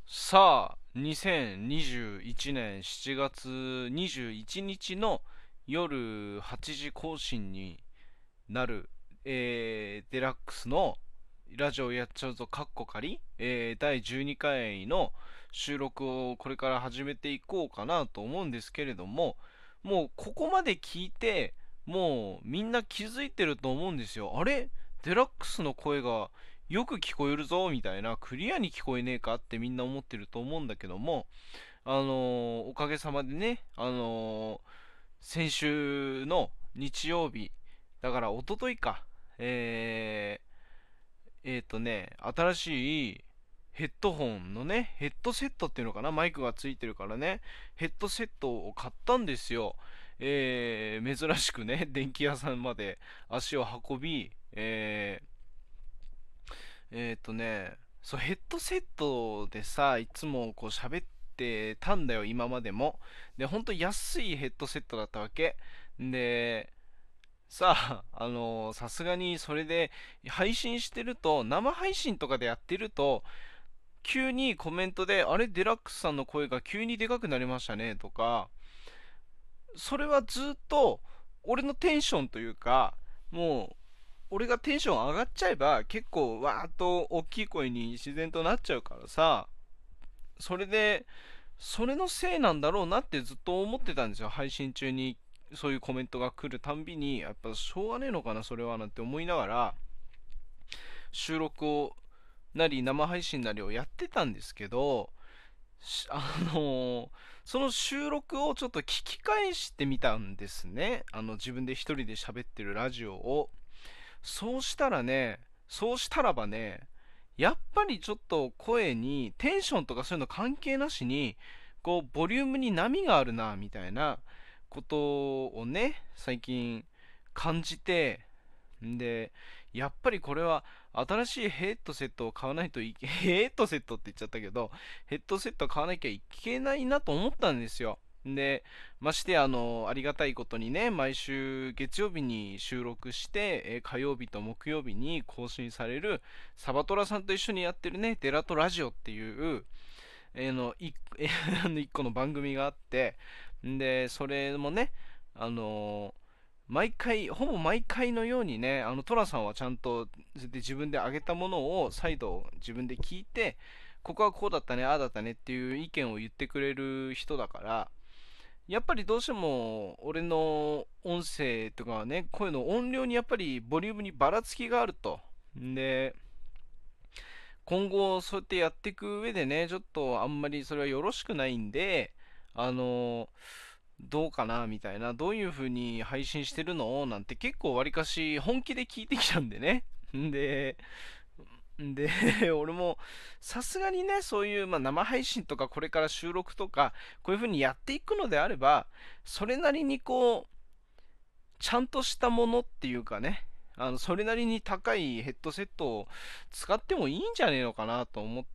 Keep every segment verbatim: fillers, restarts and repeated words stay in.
さあ、にせんにじゅういちねんしちがつにじゅういちにちの夜はちじ更新になる、えーデラックスのラジオやっちゃうぞカッコ仮、えーだいじゅうにかいの収録をこれから始めていこうかなと思うんですけれども、もうここまで聞いて、もうみんな気づいてると思うんですよ。あれデラックスの声がよく聞こえるぞみたいな、クリアに聞こえねえかってみんな思ってると思うんだけども、あのーおかげさまでね、あのー先週の日曜日、だから一昨日か、えー、えーとね、新しいヘッドホンのね、ヘッドセットっていうのかな、マイクがついてるからね、ヘッドセットを買ったんですよ。えー、珍しくね、電気屋さんまで足を運び、えー、えっ、ー、とね、そう、ヘッドセットでさ、いつもこう喋ってたんだよ、今までも。で、ほんと安いヘッドセットだったわけ。で、さあ、あのさすがにそれで配信してると、生配信とかでやってると、急にコメントで、あれ、デラックスさんの声が急にでかくなりましたね、とか、それはずっと、俺のテンションというか、もう、俺がテンション上がっちゃえば結構わーっと大きい声に自然となっちゃうからさ、それでそれのせいなんだろうなってずっと思ってたんですよ。配信中にそういうコメントが来るたんびに、やっぱしょうがねえのかなそれはなんて思いながら収録をなり生配信なりをやってたんですけど、あのーその収録をちょっと聞き返してみたんですね。あの自分で一人で喋ってるラジオを。そうしたらね、そうしたらばね、やっぱりちょっと声にテンションとかそういうの関係なしに、こう、ボリュームに波があるな、みたいなことをね、最近感じて、んで、やっぱりこれは新しいヘッドセットを買わないといけ、ヘッドセットって言っちゃったけど、ヘッドセットを買わなきゃいけないなと思ったんですよ。で、ましてあの、ありがたいことにね、毎週月曜日に収録して、えー火曜日と木曜日に更新される、サバトラさんと一緒にやってるね、デラトラジオっていう、えーの、いえーあの一個の番組があって、んで、それもね、あのー毎回、ほぼ毎回のようにね、あの、トラさんはちゃんとで自分で上げたものを再度自分で聞いて、ここはこうだったね、ああだったねっていう意見を言ってくれる人だから、やっぱりどうしても俺の音声とかね、声の音量にやっぱりボリュームにばらつきがあると。で、今後そうやってやっていく上でね、ちょっとあんまりそれはよろしくないんで、あの、どうかなみたいな、どういう風に配信してるのなんて結構わりかし本気で聞いてきたんでね。んで、で、俺もさすがにね、そういう、まあ、生配信とかこれから収録とか、こういう風にやっていくのであれば、それなりにこう、ちゃんとしたものっていうかね、あの、それなりに高いヘッドセットを使ってもいいんじゃねえのかなと思って、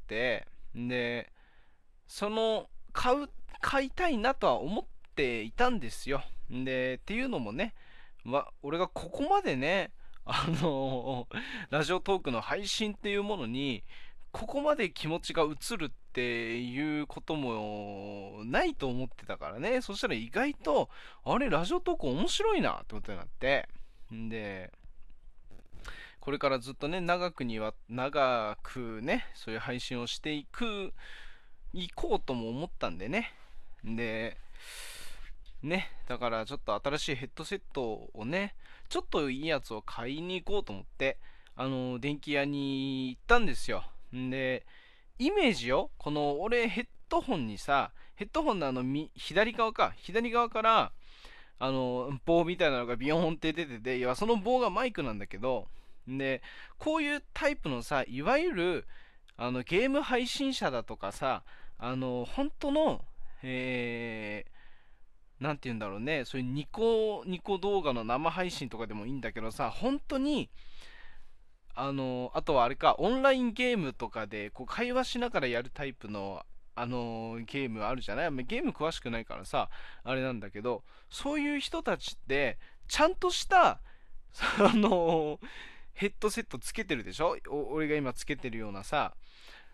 で、その、買う、買いたいなとは思っていたんですよ。で、っていうのもね、ま、俺がここまでね、あのラジオトークの配信っていうものに、ここまで気持ちが移るっていうこともないと思ってたからね。そしたら意外と、あれ、ラジオトーク面白いなってことになって。んで、これからずっとね、長くには、長くね、そういう配信をしていく、行こうとも思ったんでね。で、ね、だからちょっと新しいヘッドセットをね、ちょっといいやつを買いに行こうと思って、あの、電気屋に行ったんですよ。んで、イメージよ、この俺ヘッドホンにさ、ヘッドホンのあの左側か、左側から、あの、棒みたいなのがビヨーンって出てて、いや、その棒がマイクなんだけど、で、こういうタイプのさ、いわゆる、あの、ゲーム配信者だとかさ、あの、本当の、えー、なんて言うんだろうね、そういうニコニコ動画の生配信とかでもいいんだけどさ、本当に、あの、あとはあれか、オンラインゲームとかで、こう、会話しながらやるタイプの、あの、ゲームあるじゃない。ゲーム詳しくないからさ、あれなんだけど、そういう人たちって、ちゃんとした、あの、ヘッドセットつけてるでしょお俺が今つけてるようなさ、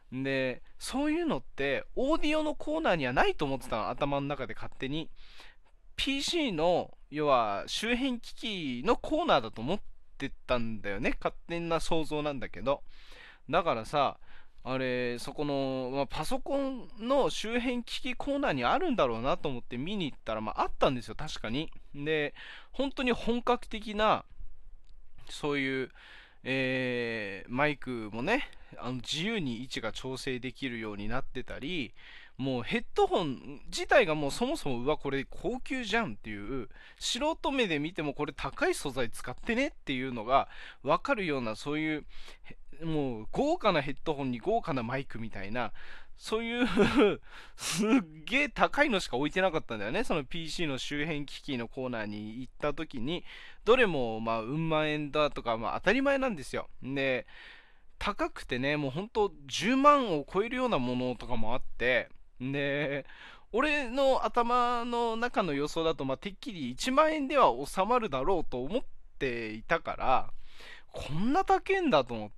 で、そういうのってオーディオのコーナーにはないと思ってたの、頭の中で勝手に。ピーシー の、要は周辺機器のコーナーだと思ってたんだよね。勝手な想像なんだけど。だからさ、あれ、そこの、まあ、パソコンの周辺機器コーナーにあるんだろうなと思って見に行ったら、まあ、あったんですよ、確かに。で、本当に本格的な、そういう、えーマイクもね、あの自由に位置が調整できるようになってたり、もうヘッドホン自体がもうそもそも、うわ、これ高級じゃんっていう、素人目で見てもこれ高い素材使ってねっていうのが分かるような、そういう、もう豪華なヘッドホンに豪華なマイクみたいな、そういうすっげえ高いのしか置いてなかったんだよね。その ピーシー の周辺機器のコーナーに行った時に、どれもまあうん万円だとか、まあ当たり前なんですよ。で、高くてね、もうほんとじゅうまんを超えるようなものとかもあって、で、俺の頭の中の予想だと、まあ、てっきりいちまん円では収まるだろうと思っていたから、こんな高えんだと思って、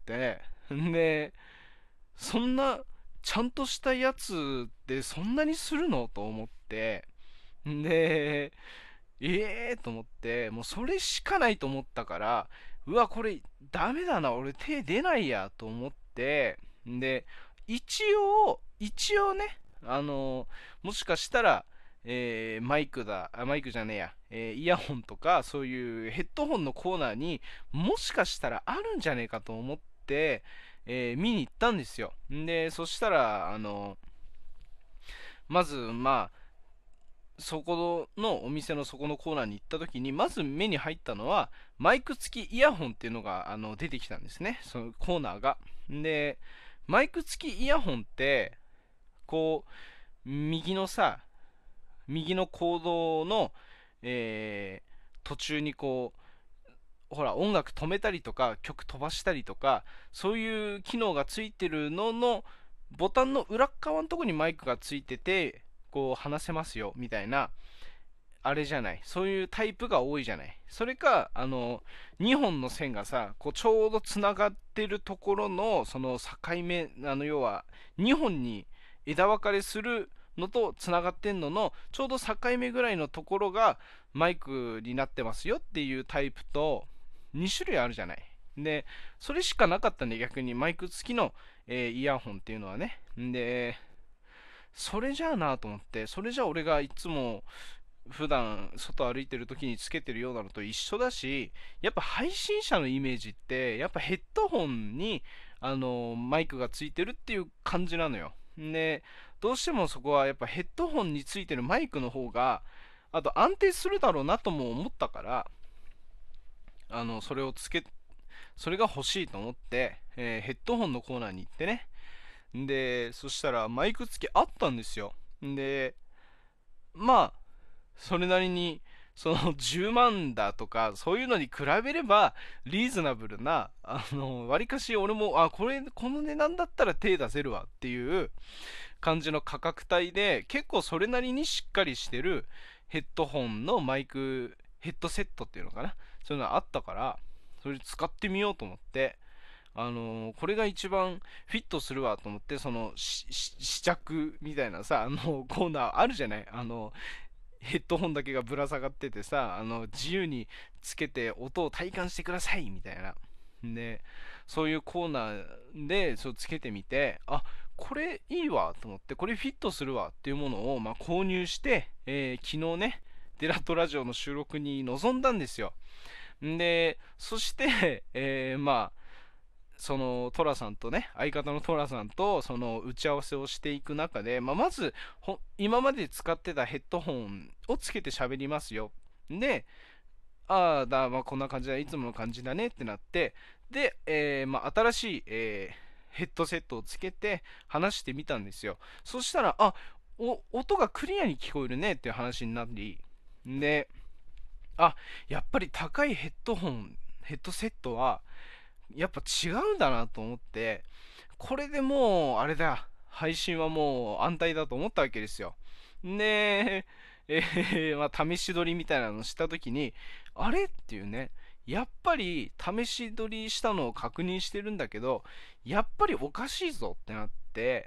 で、そんな、ちゃんとしたやつでそんなにするのと思って、で、ええー、と思って、もうそれしかないと思ったから、うわ、これダメだな、俺手出ないやと思って、で、一応、一応ね、あのもしかしたら、えーマイクだ、あ、マイクじゃねえや、えーイヤホンとか、そういうヘッドホンのコーナーにもしかしたらあるんじゃねえかと思って、えー見に行ったんですよ。で、そしたら、あのまず、まあ、そこのお店のそこのコーナーに行った時に、まず目に入ったのは、マイク付きイヤホンっていうのがあの出てきたんですね、そのコーナーが。で、マイク付きイヤホンって、こう、右のさ、右のコードの、えー途中にこう、ほら、音楽止めたりとか、曲飛ばしたりとか、そういう機能がついてるのの、ボタンの裏っ側のところにマイクがついてて、こう話せますよみたいな、あれじゃない、そういうタイプが多いじゃない。それか、あのにほんの線がさ、こうちょうどつながってるところのその境目、あの要はにほんに枝分かれするのとつながってんののちょうど境目ぐらいのところがマイクになってますよっていうタイプとに種類あるじゃない。で、それしかなかったんで、逆にマイク付きの、えーイヤホンっていうのはね。で、それじゃあなと思って、それじゃあ俺がいつも普段外歩いてる時につけてるようなのと一緒だし、やっぱ配信者のイメージってやっぱヘッドホンにあのマイクがついてるっていう感じなのよ。で、どうしてもそこはやっぱヘッドホンについてるマイクの方があと安定するだろうなとも思ったから、あのそれをつけそれが欲しいと思って、えーヘッドホンのコーナーに行ってね。で、そしたらマイク付きあったんですよ。で、まあそれなりにそのじゅうまんだとかそういうのに比べればリーズナブルな、あのわりかし俺も、あ、これこの値段だったら手出せるわっていう感じの価格帯で、結構それなりにしっかりしてるヘッドホンのマイクヘッドセットっていうのかな、そういうのあったから、それ使ってみようと思って、あのーこれが一番フィットするわと思って、そのしし試着みたいなさ、あのコーナーあるじゃない、あのヘッドホンだけがぶら下がっててさ、あの自由につけて音を体感してくださいみたいな。で、そういうコーナーでそうつけてみて、あ、これいいわと思って、これフィットするわっていうものを、まあ、購入して、えー昨日ね、デラットラジオの収録に臨んだんですよ。んで、そして、えーまあ、そのトラさんとね、相方のトラさんとその打ち合わせをしていく中で、まあ、まずほ今まで使ってたヘッドホンをつけて喋りますよ。で、ああ、だ、まあ、こんな感じだ、いつもの感じだねってなって、で、えーまあ、新しい、えーヘッドセットをつけて話してみたんですよ。そしたら、あ、お音がクリアに聞こえるねっていう話になり、で、あ、やっぱり高いヘッドホン、ヘッドセットは、やっぱ違うんだなと思って、これでもう、あれだ、配信はもう安泰だと思ったわけですよ。で、えーまあ、試し撮りみたいなのをしたときに、あれっていうね、 やっぱり試し撮りしたのを確認してるんだけど、やっぱりおかしいぞってなって、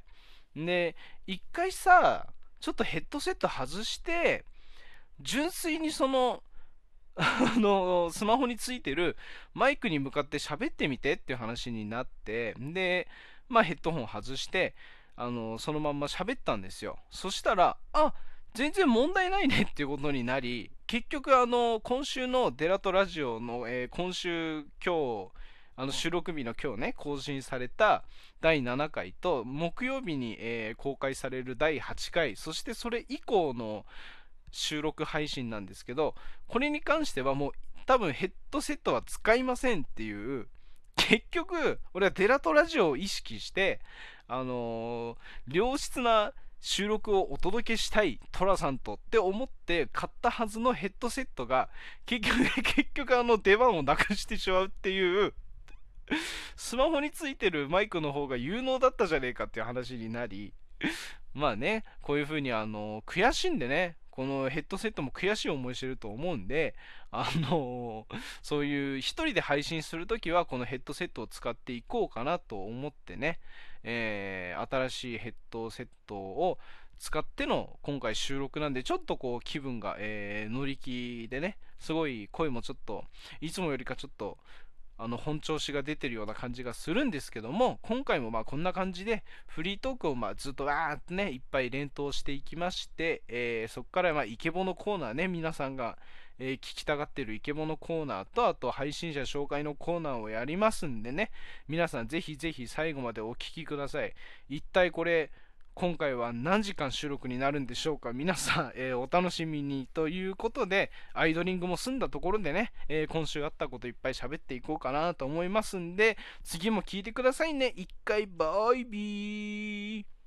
で、一回さ、ちょっとヘッドセット外して、純粋にその、あの、スマホについてるマイクに向かって喋ってみてっていう話になって、で、まあヘッドホン外して、あの、そのまんま喋ったんですよ。そしたら、あ、全然問題ないねっていうことになり、結局あの、今週のデラトラジオの、えー今週、今日、あの収録日の今日ね、更新されただいななかいと、木曜日に、えー公開されるだいはちかい、そしてそれ以降の収録配信なんですけど、これに関してはもう多分ヘッドセットは使いませんっていう、結局俺はデラトラジオを意識して、あのー良質な収録をお届けしたいトラさんとって思って買ったはずのヘッドセットが結局結局あの出番をなくしてしまうっていう、スマホについてるマイクの方が有能だったじゃねえかっていう話になり、まあね、こういう風にあの悔しいんでね、このヘッドセットも悔しい思いしてると思うんで、あのそういう一人で配信するときはこのヘッドセットを使っていこうかなと思ってね、えー新しいヘッドセットを使っての今回収録なんで、ちょっとこう気分が、えー乗り気でね、すごい声もちょっといつもよりかちょっとあの本調子が出てるような感じがするんですけども、今回もまあこんな感じでフリートークをまあずっとわーってねいっぱい連投していきまして、えーそこからまあイケボのコーナーね、皆さんが、えー聞きたがってるイケボのコーナーと、あと配信者紹介のコーナーをやりますんでね、皆さんぜひぜひ最後までお聞きください。一体これ今回は何時間収録になるんでしょうか。皆さん、えーお楽しみにということで、アイドリングも済んだところでね、えー今週あったこといっぱい喋っていこうかなと思いますんで、次も聞いてくださいね。一回バイビー。